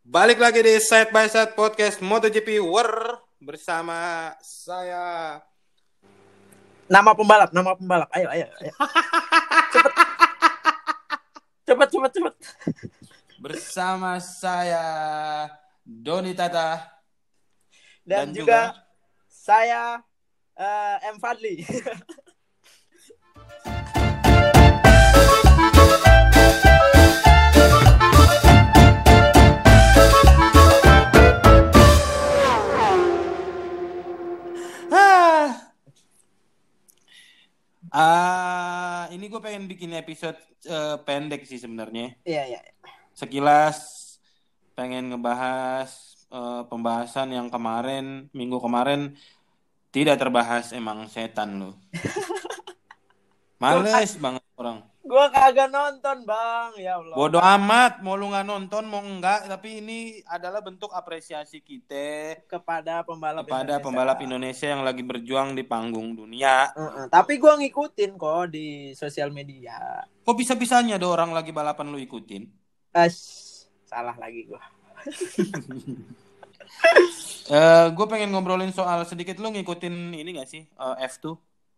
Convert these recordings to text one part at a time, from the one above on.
Balik lagi di Side by Side Podcast MotoGP War bersama saya. Nama pembalap. Ayo. Cepet. Bersama saya Doni Tata Dan juga saya M Fadli. Ini gue pengen bikin episode pendek sih sebenarnya. Iya. Sekilas pengen ngebahas pembahasan yang minggu kemarin tidak terbahas, emang setan lu. Males banget orang. Gue kagak nonton, Bang. Ya Allah. Bodoh amat, mau lu nggak nonton mau enggak, tapi ini adalah bentuk apresiasi kita kepada pembalap Indonesia yang lagi berjuang di panggung dunia. Tapi gue ngikutin kok di sosial media. Kok bisa-bisanya ada orang lagi balapan lu ikutin? Salah lagi gue. Gue pengen ngobrolin soal sedikit, lu ngikutin ini nggak sih F2?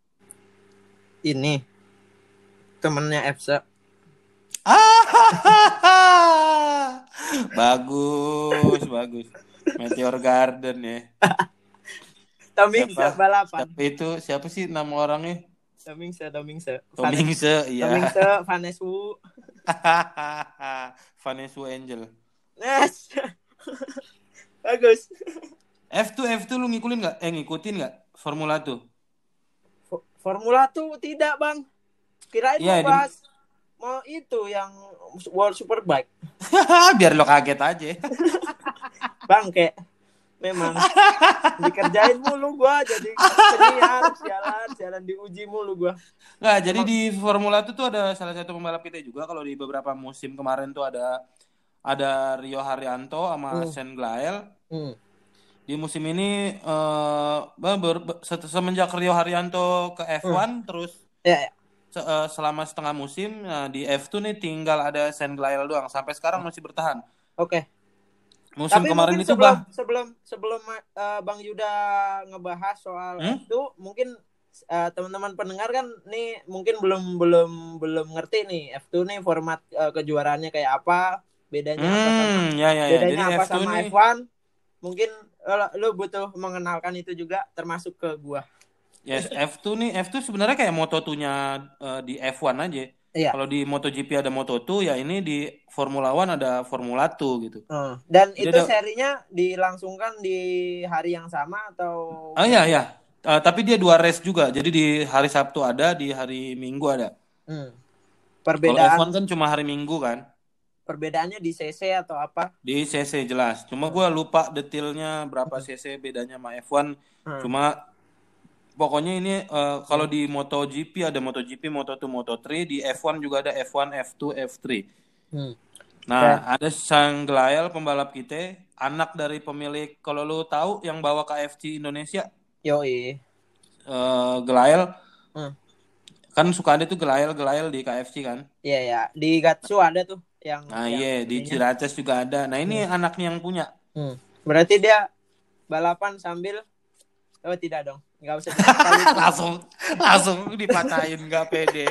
Ini temennya Efsa. Bagus. Meteor Garden ya. Tomingse balapan. Siapa sih nama orangnya? Tomingse. Iya. Tomingse Vanesu. Vanesu Angel. Yes. Bagus. F2 lu ngikutin nggak Formula 2? Formula 2 tidak, Bang. Kirain mau bahas mau itu yang World Superbike. Biar lo kaget aja. Bang, kayak memang dikerjain mulu gua, jadi senior, jalan diuji mulu gua. Nggak, jadi di Formula 2 tuh ada salah satu pembalap kita juga. Kalau di beberapa musim kemarin tuh ada Rio Haryanto sama Shane Glael. Di musim ini semenjak Rio Haryanto ke F1 terus selama setengah musim, di F2 nih tinggal ada Shane Glael doang, sampai sekarang masih bertahan. Oke. Musim tapi kemarin itu sebelum Bang Yuda ngebahas soal F2, mungkin teman-teman pendengar kan nih mungkin belum ngerti nih F2 nih format kejuaraannya kayak apa, bedanya apa sama bedanya apa F2 sama nih, F1. Mungkin lo butuh mengenalkan itu juga, termasuk ke gua. Yes, F2 sebenarnya kayak Moto2-nya di F1 aja. Iya. Kalau di MotoGP ada Moto2, ya ini di Formula 1 ada Formula 2 gitu. Dan jadi itu serinya dilangsungkan di hari yang sama atau? Iya. Tapi dia 2 race juga. Jadi di hari Sabtu ada, di hari Minggu ada. Perbedaan. Kalau F1 kan cuma hari Minggu kan. Perbedaannya di CC atau apa? Di CC jelas. Cuma gue lupa detailnya berapa CC bedanya sama F1. Cuma pokoknya ini kalau di MotoGP ada MotoGP, Moto2, Moto3, di F1 juga ada F1, F2, F3. Nah, ada Shane Glael pembalap kita, anak dari pemilik, kalau lu tahu yang bawa KFC Indonesia. Yoi. Glael. Kan suka ada tuh Glael di KFC kan? Iya, di Gatsu ada tuh yang. Nah, di Ciracas juga ada. Nah, ini anaknya yang punya. Berarti dia balapan sambil tidak dong. Nggak usah langsung dipatahin, nggak pede.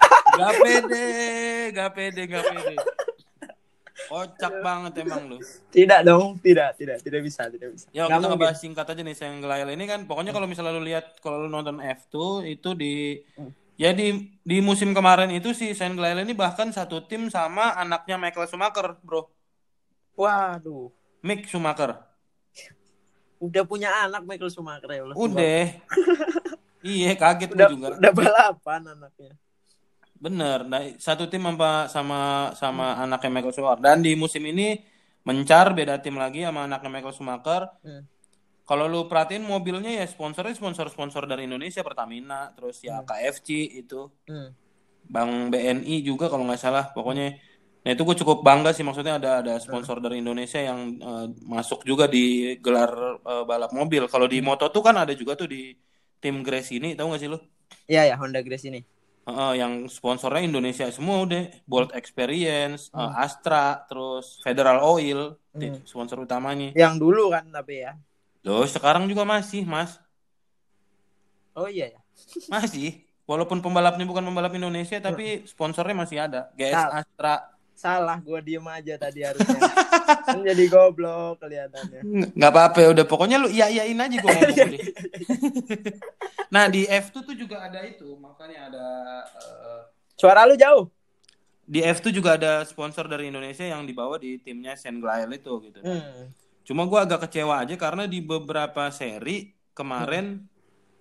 Kocak banget emang lu. Tidak dong, tidak bisa. Ya, kita ngebahas singkat aja nih Shane Glael ini kan. Pokoknya kalau misalnya lu lihat, kalau lu nonton F2 itu di musim kemarin itu si Shane Glael ini bahkan satu tim sama anaknya Michael Schumacher, bro. Waduh. Mick Schumacher. Udah punya anak Michael Schumacher ya Allah. Udah. Iya, kaget gue juga. Udah balapan anaknya. Bener. Nah, satu tim sama anaknya Michael Schumacher. Dan di musim ini mencar beda tim lagi sama anaknya Michael Schumacher. Kalau lu perhatiin mobilnya ya sponsor dari Indonesia, Pertamina, terus ya KFC itu. Bank BNI juga kalau nggak salah. Pokoknya nah itu gue cukup bangga sih, maksudnya ada sponsor dari Indonesia yang masuk juga di gelar balap mobil. Kalau di Moto2 kan ada juga tuh di tim Grace ini, tahu nggak sih lu? Iya, Honda Grace ini. Yang sponsornya Indonesia semua udah. Bolt Experience, Astra, terus Federal Oil. sponsor utamanya. Yang dulu kan tapi ya. Loh, sekarang juga masih, Mas. Oh iya ya. Masih. Walaupun pembalapnya bukan pembalap Indonesia, tapi sponsornya masih ada. GS Sal- Astra. Salah, gue diem aja tadi harusnya. Kan jadi goblok kelihatannya. Nggak apa-apa ya, udah. Pokoknya lu iya-iyain aja gue ngomong deh. Nah, di F2 tuh juga ada itu. Makanya ada... Suara lu jauh. Di F2 juga ada sponsor dari Indonesia yang dibawa di timnya Senglail itu gitu. Cuma gue agak kecewa aja karena di beberapa seri kemarin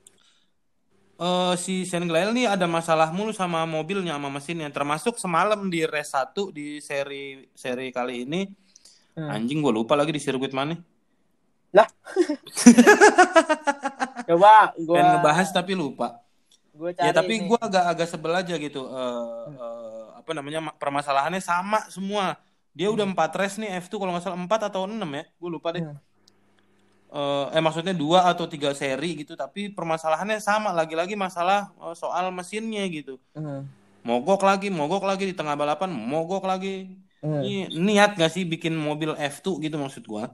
si Senglail nih ada masalah mulu sama mobilnya, sama mesinnya. Termasuk semalam di race 1 di seri kali ini. Anjing, gue lupa lagi di sirkuit mana. Lah. Coba gue pengen ngebahas tapi lupa. Gue cari ya tapi ini. Gue agak sebel aja gitu. Apa namanya, permasalahannya sama semua. Dia udah 4 race nih F2 kalau nggak salah 4 atau 6 ya, gue lupa deh. Maksudnya 2 atau 3 seri gitu, tapi permasalahannya sama, lagi-lagi masalah soal mesinnya gitu. Mogok lagi di tengah balapan, mogok lagi. Ini niat gak sih bikin mobil F2 gitu maksud gua?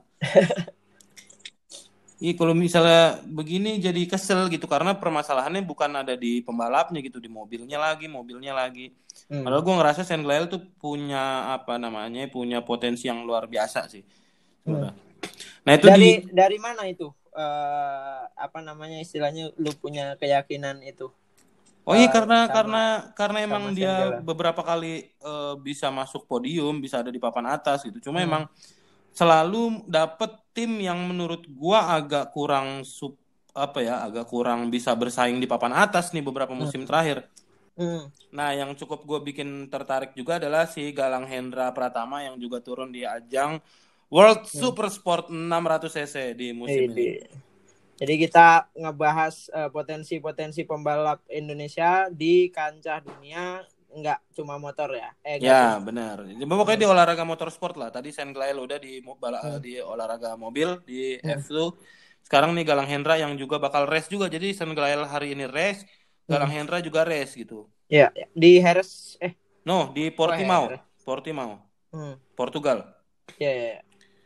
Iya, kalau misalnya begini jadi kesel gitu karena permasalahannya bukan ada di pembalapnya gitu, di mobilnya lagi. Padahal gue ngerasa Senglail tuh punya punya potensi yang luar biasa sih. Nah itu dari mana itu? Istilahnya lu punya keyakinan itu? Oh iya, karena emang dia beberapa kali bisa masuk podium, bisa ada di papan atas gitu. Cuma emang selalu dapet tim yang menurut gua agak kurang agak kurang bisa bersaing di papan atas nih beberapa musim terakhir. Nah, yang cukup gue bikin tertarik juga adalah si Galang Hendra Pratama yang juga turun di ajang World Super Sport 600 cc di musim ini. Jadi kita ngebahas potensi-potensi pembalap Indonesia di kancah dunia, nggak cuma motor ya? Ya benar. Pokoknya di olahraga motorsport lah. Tadi Senglail udah di olahraga mobil di F2. Sekarang nih Galang Hendra yang juga bakal race juga. Jadi Senglail hari ini race, Galang Hendra juga race gitu. Ya, di Harris No, di Portimao. Portugal. Ya.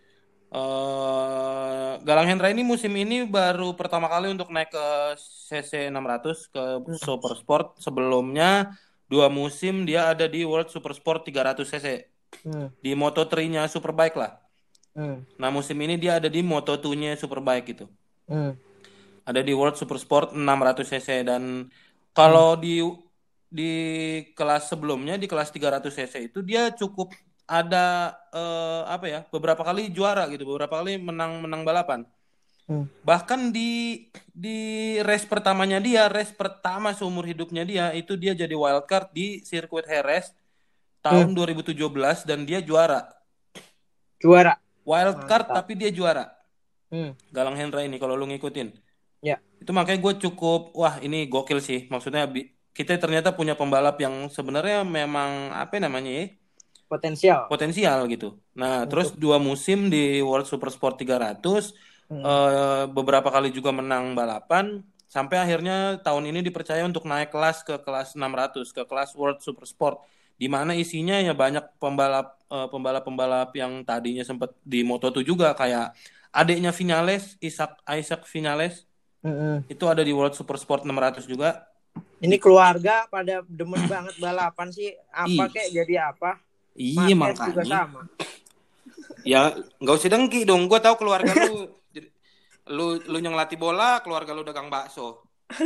Galang Hendra ini musim ini baru pertama kali untuk naik ke CC 600 ke Super Sport. Sebelumnya 2 musim dia ada di World Super Sport 300 cc. Di Moto3-nya Superbike lah. Nah, musim ini dia ada di Moto2-nya Superbike gitu. Ada di World Super Sport 600 cc dan kalau di kelas sebelumnya di kelas 300 cc itu dia cukup ada beberapa kali juara gitu, beberapa kali menang balapan. Bahkan di race pertamanya dia, race pertama seumur hidupnya dia itu dia jadi wildcard di sirkuit Jerez tahun 2017 dan dia juara. Wildcard tapi dia juara. Galang Hendra ini kalau lu ngikutin. Ya. Itu makanya gue cukup ini gokil sih. Maksudnya kita ternyata punya pembalap yang sebenarnya memang potensial gitu. Nah, terus 2 musim di World Super Sport 300, beberapa kali juga menang balapan, sampai akhirnya tahun ini dipercaya untuk naik kelas ke kelas 600, ke kelas World Super Sport, di mana isinya ya banyak pembalap yang tadinya sempat di Moto2 juga, kayak adiknya Vinales, Isaac Vinales, itu ada di World Super Sport 600 juga. Ini keluarga pada demen banget balapan sih, kayak jadi apa? Iya, makanya. Juga sama. Ya nggak usah dengki dong. Gue tahu keluarga lu yang latih bola, keluarga lu dagang bakso.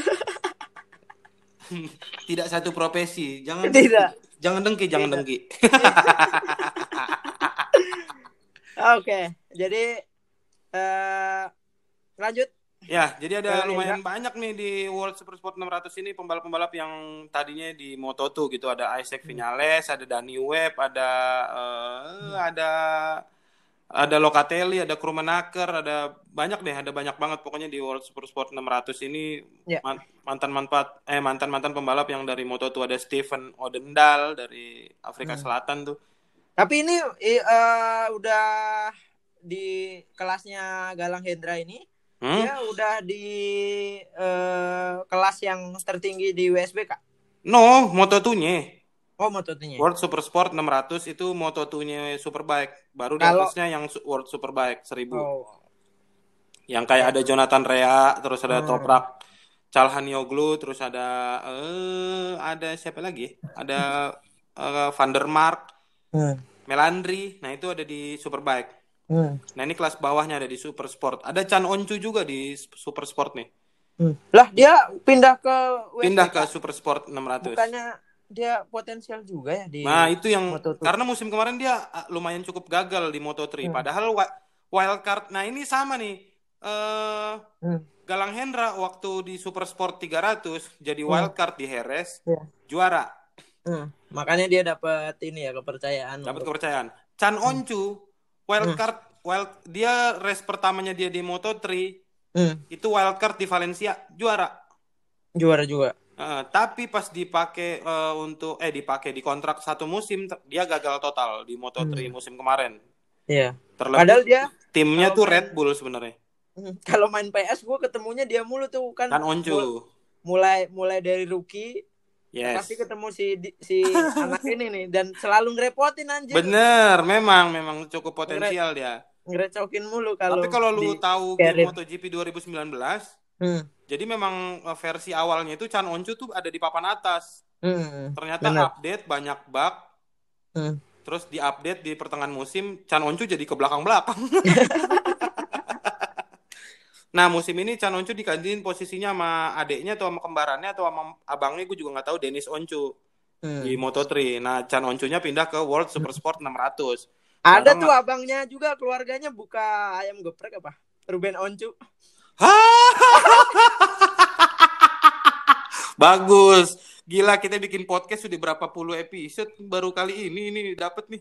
Tidak satu profesi. Jangan dengki. Oke, jadi lanjut. Ya, jadi ada lumayan banyak nih di World Super Sport 600 ini pembalap-pembalap yang tadinya di Moto2 gitu. Ada Isaac Vinales, ada Danny Webb, ada Locatelli, ada Krummenacher, ada banyak banget pokoknya di World Super Sport 600 ini. Mantan pembalap yang dari Moto2, ada Steven Odendal dari Afrika Selatan tuh. Tapi ini udah di kelasnya Galang Hendra ini. Dia udah di kelas yang tertinggi di WSB, Kak? No, Moto2-nya. Oh, Moto2-nya. World Super Sport 600 itu Moto2-nya Superbike. Baru di Kalau atasnya yang World Superbike 1000. oh, Yang kayak ya. ada Jonathan Rea, terus ada Toprak Calhanoglu, terus ada siapa lagi? Ada Van der Mark, Melandri. Nah, itu ada di Superbike. Nah, ini kelas bawahnya ada di Super Sport. Ada Chan Oncu juga di Super Sport nih. Lah, dia pindah ke Pindah WSBK. ke Super Sport 600. Bukannya dia potensial juga ya di Nah, itu yang Moto2. karena musim kemarin dia lumayan cukup gagal di Moto3. Padahal wildcard. Nah, ini sama nih. Galang Hendra waktu di Super Sport 300 jadi wildcard di Heres, juara. Makanya dia dapat ini ya kepercayaan. Dapat kepercayaan. Chan Oncu wildcard, dia race pertamanya dia di Moto3 itu wildcard di Valencia, juara. Juara juga. Tapi pas dipakai dipakai di kontrak 1 musim, dia gagal total di Moto3 musim kemarin. Iya. Terlebih Padahal dia timnya tuh Red Bull sebenarnya. Kalau main PS gue ketemunya dia mulu tuh kan. Chan Oncu. Mulai dari rookie. Yes. Pasti ketemu si anak ini nih dan selalu ngerepotin anjir. Bener, memang cukup potensial dia. Ngerecokin mulu kalau. Tapi kalau lu tahu game MotoGP 2019, jadi memang versi awalnya itu Chan Oncu tuh ada di papan atas. Ternyata update banyak bug. Terus diupdate di pertengahan musim, Chan Oncu jadi ke belakang-belakang. Nah, musim ini Chan Oncu digantiin posisinya sama adeknya atau sama kembarannya atau sama abangnya, gue juga nggak tahu, Dennis Oncu di Moto3. Nah, Chan Oncunya pindah ke World Super Sport 600. Ada tuh abangnya juga, keluarganya buka ayam geprek apa? Ruben Oncu. Bagus. Gila, kita bikin podcast sudah berapa puluh episode, baru kali ini dapat nih.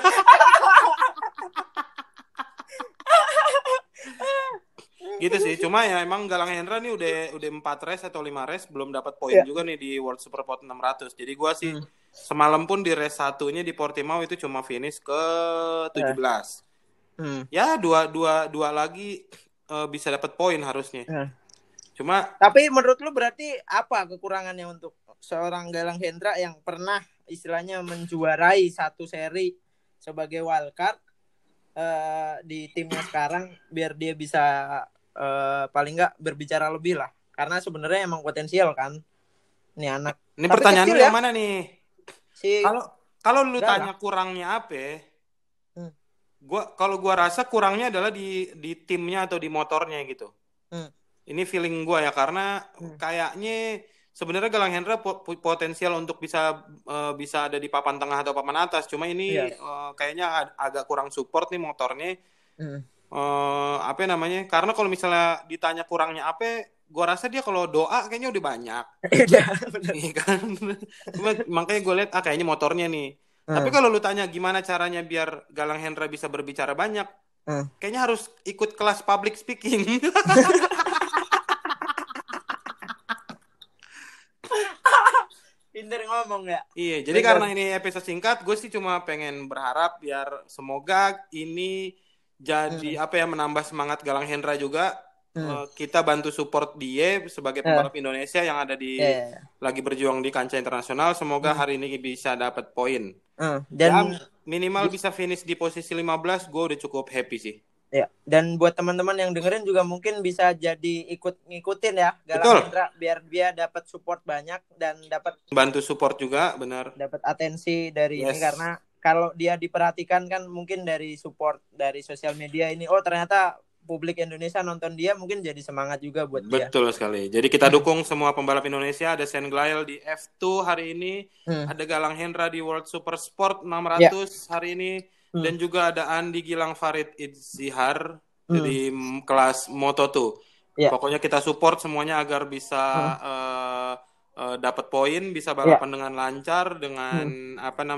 Gitu sih, cuma ya emang Galang Hendra nih udah 4 race atau 5 race belum dapat poin juga nih di World Super Sport 600. Jadi gua sih semalam pun di race 1-nya di Portimao itu cuma finish ke 17. Ya dua lagi bisa dapat poin harusnya. Cuma tapi menurut lu berarti apa kekurangannya untuk seorang Galang Hendra yang pernah istilahnya menjuarai satu seri sebagai wildcard di timnya sekarang, biar dia bisa paling nggak berbicara lebih lah, karena sebenarnya emang potensial kan nih anak. Ini pertanyaan lu yang mana nih? Kalau lu tanya kurangnya apa? Kalau gua rasa kurangnya adalah di timnya atau di motornya gitu. Ini feeling gua ya, karena kayaknya sebenarnya Galang Hendra potensial untuk bisa ada di papan tengah atau papan atas. Cuma ini kayaknya agak kurang support nih motornya. Apa namanya? Karena kalau misalnya ditanya kurangnya apa, gua rasa dia kalau doa kayaknya udah banyak. Iya kan? Makanya gue lihat kayaknya motornya nih. Tapi kalau lu tanya gimana caranya biar Galang Hendra bisa berbicara banyak, kayaknya harus ikut kelas public speaking. Pinter ngomong ya. Iya, jadi karena ini episode singkat, gue sih cuma pengen berharap biar semoga ini jadi menambah semangat Galang Hendra juga. Kita bantu support dia sebagai pembalap Indonesia yang ada lagi berjuang di kancah internasional. Semoga hari ini bisa dapat poin. Dan minimal bisa finish di posisi 15, gue udah cukup happy sih. Ya, dan buat teman-teman yang dengerin juga mungkin bisa jadi ngikutin ya Galang Hendra, biar dia dapat support banyak dan dapat bantu support juga, benar. Dapat atensi dari ini, karena kalau dia diperhatikan kan mungkin dari support dari sosial media ini, oh ternyata publik Indonesia nonton dia, mungkin jadi semangat juga buat dia. Betul sekali. Jadi kita dukung semua pembalap Indonesia. Ada Sen Glael di F2 hari ini, ada Galang Hendra di World Super Sport 600 hari ini. Dan juga ada Andi Gilang Farid Idzihar di kelas Moto2. Pokoknya kita support semuanya agar bisa dapat poin, bisa balapan dengan lancar, dengan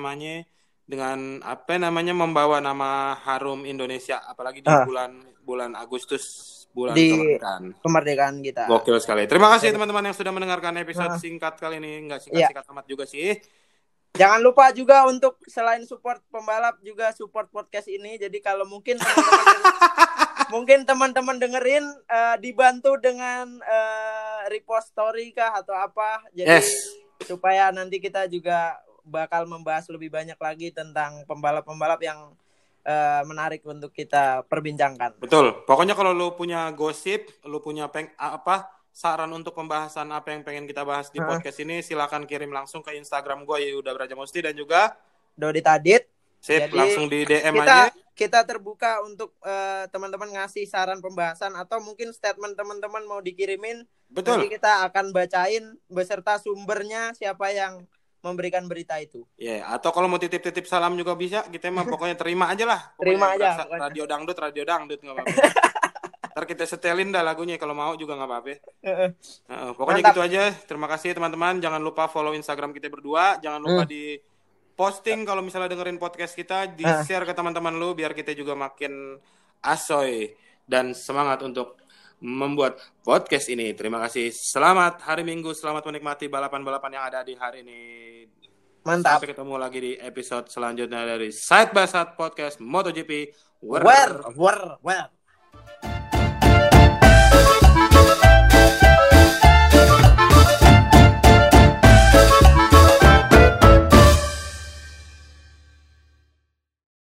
membawa nama harum Indonesia, apalagi di bulan Agustus, bulan kemerdekaan kita. Gokil sekali. Terima kasih teman-teman yang sudah mendengarkan episode singkat kali ini. Nggak singkat-singkat amat juga sih. Jangan lupa juga untuk selain support pembalap juga support podcast ini. Jadi kalau mungkin teman-teman dengerin dibantu dengan repost story kah atau apa. Jadi supaya nanti kita juga bakal membahas lebih banyak lagi tentang pembalap-pembalap yang menarik untuk kita perbincangkan. Betul. Pokoknya kalau lu punya gosip, lu punya saran untuk pembahasan apa yang pengen kita bahas di podcast ini, silakan kirim langsung ke Instagram gue Yuda Brajamusti dan juga Dodi Tadit. Sip, jadi langsung di DM aja. Kita terbuka untuk teman-teman ngasih saran pembahasan atau mungkin statement teman-teman mau dikirimin. Betul. Nanti kita akan bacain beserta sumbernya siapa yang memberikan berita itu. Ya, atau kalau mau titip-titip salam juga bisa. Kita mah pokoknya terima aja lah. Terima aja. Radio dangdut nggak apa-apa. Ntar kita setelin dah lagunya kalau mau juga nggak apa-apa. Pokoknya mantap. Gitu aja. Terima kasih teman-teman. Jangan lupa follow Instagram kita berdua. Jangan lupa di posting kalau misalnya dengerin podcast kita, di share ke teman-teman lu biar kita juga makin asoy dan semangat untuk membuat podcast ini. Terima kasih. Selamat hari Minggu, selamat menikmati balapan-balapan yang ada di hari ini. Mantap. Sampai ketemu lagi di episode selanjutnya dari Side by Side Podcast MotoGP. Where?